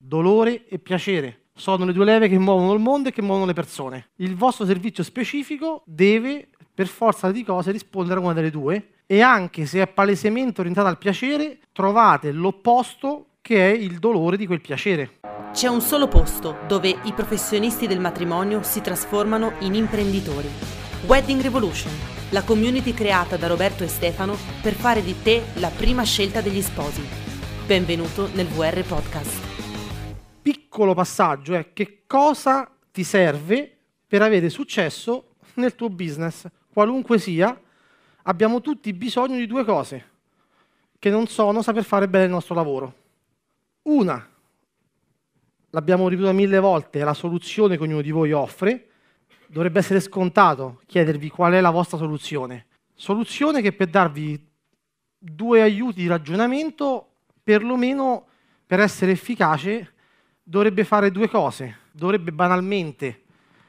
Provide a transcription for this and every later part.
dolore e piacere. Sono le due leve che muovono il mondo e che muovono le persone. Il vostro servizio specifico deve, per forza di cose, rispondere a una delle due, e anche se è palesemente orientato al piacere, trovate l'opposto che è il dolore di quel piacere. C'è un solo posto dove i professionisti del matrimonio si trasformano in imprenditori. Wedding Revolution, la community creata da Roberto e Stefano per fare di te la prima scelta degli sposi. Benvenuto nel VR Podcast. Piccolo passaggio è che cosa ti serve per avere successo nel tuo business, qualunque sia. Abbiamo tutti bisogno di due cose, che non sono saper fare bene il nostro lavoro. Una, l'abbiamo ripetuta 1000 volte, è la soluzione che ognuno di voi offre. Dovrebbe essere scontato chiedervi qual è la vostra soluzione. Soluzione che per darvi due aiuti di ragionamento, perlomeno per essere efficace, dovrebbe fare due cose. Dovrebbe banalmente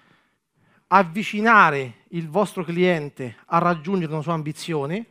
avvicinare il vostro cliente a raggiungere una sua ambizione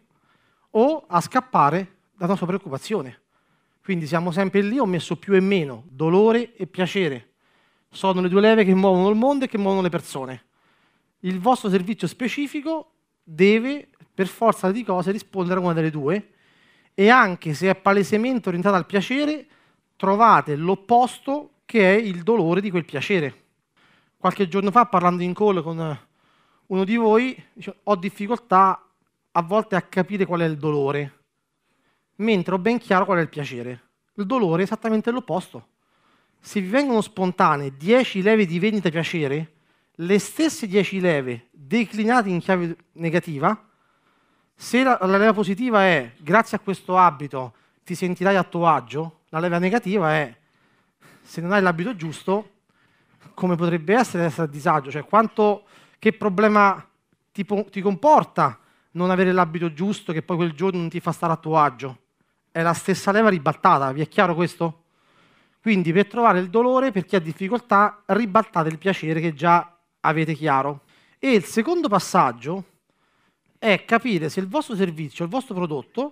o a scappare da una sua preoccupazione. Quindi siamo sempre lì, ho messo più e meno, dolore e piacere. Sono le due leve che muovono il mondo e che muovono le persone. Il vostro servizio specifico deve, per forza di cose, rispondere a una delle due, e anche se è palesemente orientato al piacere, trovate l'opposto che è il dolore di quel piacere. Qualche giorno fa, parlando in call con uno di voi, ho difficoltà a volte a capire qual è il dolore, mentre ho ben chiaro qual è il piacere. Il dolore è esattamente l'opposto. Se vi vengono spontanee 10 leve di vendita piacere, le stesse 10 leve declinate in chiave negativa, se la leva positiva è grazie a questo abito ti sentirai a tuo agio, la leva negativa è se non hai l'abito giusto, come potrebbe essere a disagio, cioè che problema ti comporta non avere l'abito giusto che poi quel giorno non ti fa stare a tuo agio. È la stessa leva ribaltata, vi è chiaro questo? Quindi per trovare il dolore, per chi ha difficoltà, ribaltate il piacere che già avete chiaro. E il secondo passaggio è capire se il vostro servizio, il vostro prodotto,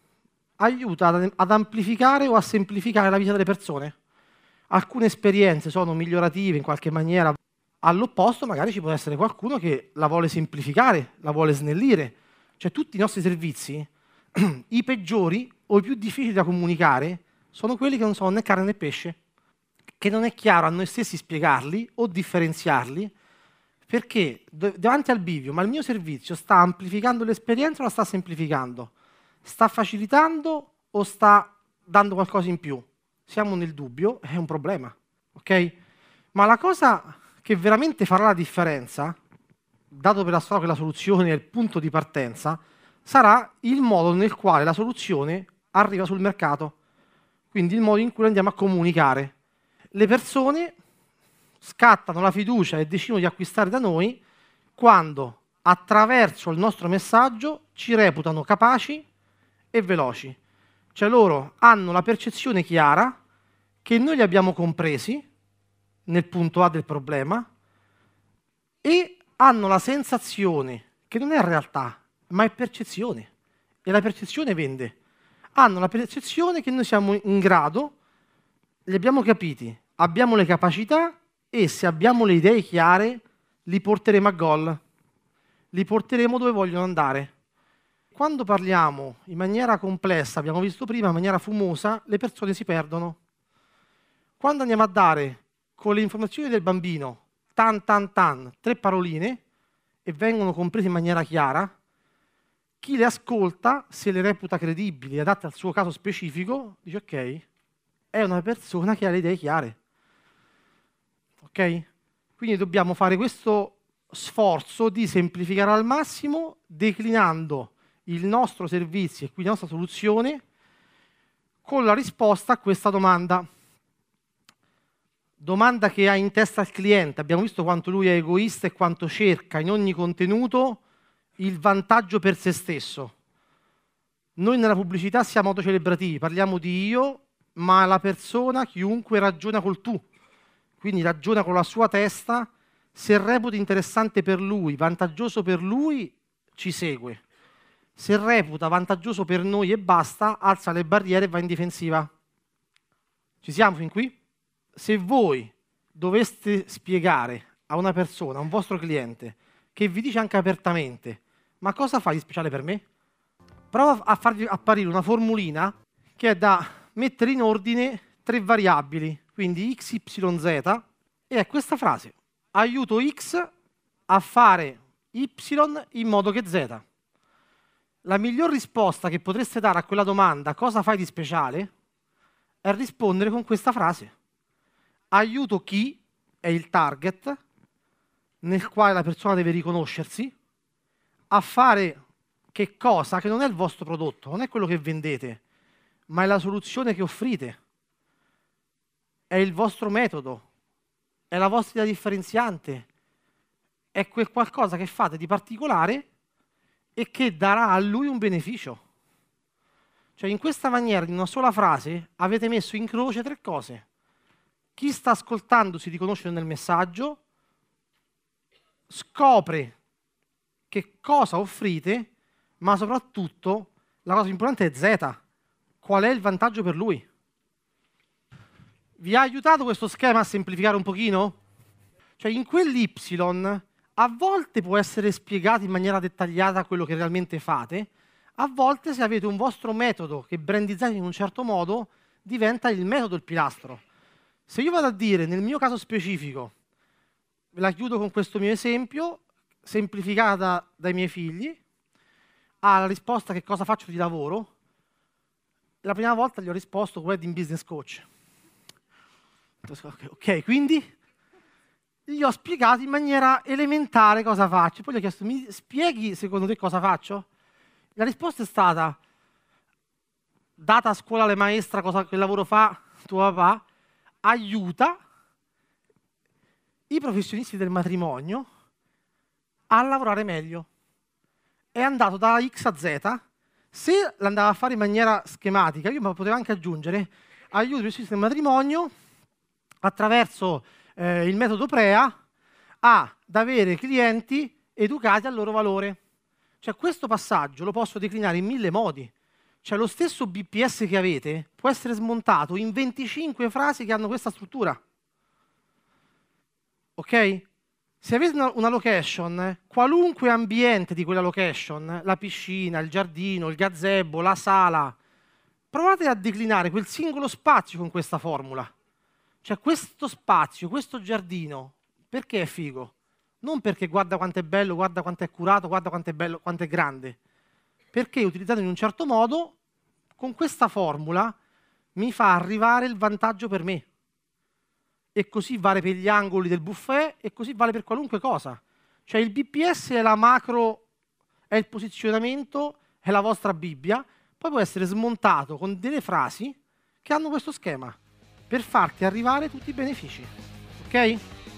aiuta ad amplificare o a semplificare la vita delle persone. Alcune esperienze sono migliorative in qualche maniera, all'opposto magari ci può essere qualcuno che la vuole semplificare, la vuole snellire. Cioè tutti i nostri servizi, i peggiori o i più difficili da comunicare, sono quelli che non sono né carne né pesce, che non è chiaro a noi stessi spiegarli o differenziarli, perché davanti al bivio, ma il mio servizio sta amplificando l'esperienza o la sta semplificando? Sta facilitando o sta dando qualcosa in più? Siamo nel dubbio, è un problema, ok? Ma la cosa che veramente farà la differenza, dato per la che la soluzione è il punto di partenza, sarà il modo nel quale la soluzione arriva sul mercato, quindi il modo in cui andiamo a comunicare. Le persone scattano la fiducia e decidono di acquistare da noi quando, attraverso il nostro messaggio, ci reputano capaci e veloci. Cioè loro hanno la percezione chiara che noi li abbiamo compresi nel punto A del problema e hanno la sensazione, che non è realtà, ma è percezione, e la percezione vende. Hanno la percezione che noi siamo in grado, li abbiamo capiti, abbiamo le capacità e se abbiamo le idee chiare li porteremo a gol, li porteremo dove vogliono andare. Quando parliamo in maniera complessa, abbiamo visto prima, in maniera fumosa, le persone si perdono. Quando andiamo a dare con le informazioni del bambino, tre paroline, e vengono comprese in maniera chiara, chi le ascolta, se le reputa credibili e adatte al suo caso specifico, dice ok, è una persona che ha le idee chiare. Ok? Quindi dobbiamo fare questo sforzo di semplificare al massimo, declinando il nostro servizio e quindi la nostra soluzione con la risposta a questa domanda. Domanda che ha in testa il cliente. Abbiamo visto quanto lui è egoista e quanto cerca in ogni contenuto il vantaggio per se stesso. Noi nella pubblicità siamo autocelebrativi, parliamo di io, ma la persona, chiunque ragiona col tu, quindi ragiona con la sua testa, se reputa interessante per lui, vantaggioso per lui, ci segue. Se reputa vantaggioso per noi e basta, alza le barriere e va in difensiva. Ci siamo fin qui? se voi doveste spiegare a una persona, a un vostro cliente, che vi dice anche apertamente, ma cosa fai di speciale per me? Prova a farvi apparire una formulina che è da mettere in ordine 3 variabili, quindi x, y, z, e è questa frase: aiuto x a fare y in modo che z. La miglior risposta che potreste dare a quella domanda, cosa fai di speciale, è rispondere con questa frase. Aiuto chi è il target nel quale la persona deve riconoscersi a fare che cosa? Che non è il vostro prodotto, non è quello che vendete, ma è la soluzione che offrite, è il vostro metodo, è la vostra idea differenziante, è quel qualcosa che fate di particolare e che darà a lui un beneficio. Cioè, in questa maniera, in una sola frase, avete messo in croce 3 cose. Chi sta ascoltando si riconosce nel messaggio, scopre che cosa offrite, ma soprattutto la cosa importante è Z. Qual è il vantaggio per lui? Vi ha aiutato questo schema a semplificare un pochino? Cioè, in quell'Y a volte può essere spiegato in maniera dettagliata quello che realmente fate, a volte se avete un vostro metodo che brandizzate in un certo modo, diventa il metodo il pilastro. Se io vado a dire, nel mio caso specifico, ve la chiudo con questo mio esempio, semplificata dai miei figli, alla risposta che cosa faccio di lavoro, la prima volta gli ho risposto Wedding Business Coach. Ok, quindi gli ho spiegato in maniera elementare cosa faccio. Poi gli ho chiesto, mi spieghi secondo te cosa faccio? La risposta è stata, data a scuola le maestra che lavoro fa tuo papà, aiuta i professionisti del matrimonio a lavorare meglio. È andato da X a Z. Se l'andava a fare in maniera schematica, io potevo anche aggiungere, aiuta i professionisti del matrimonio attraverso il metodo PREA ad avere clienti educati al loro valore. Cioè, questo passaggio lo posso declinare in 1000 modi. Cioè, lo stesso BPS che avete può essere smontato in 25 frasi che hanno questa struttura. Ok? Se avete una location, qualunque ambiente di quella location, la piscina, il giardino, il gazebo, la sala, provate a declinare quel singolo spazio con questa formula. Cioè, questo spazio, questo giardino, perché è figo? Non perché guarda quanto è bello, guarda quanto è curato, guarda quanto è bello, quanto è grande. Perché utilizzato in un certo modo, con questa formula, mi fa arrivare il vantaggio per me. E così vale per gli angoli del buffet e così vale per qualunque cosa. Cioè, il BPS è la macro, è il posizionamento, è la vostra Bibbia, poi può essere smontato con delle frasi che hanno questo schema per farti arrivare tutti i benefici. Ok?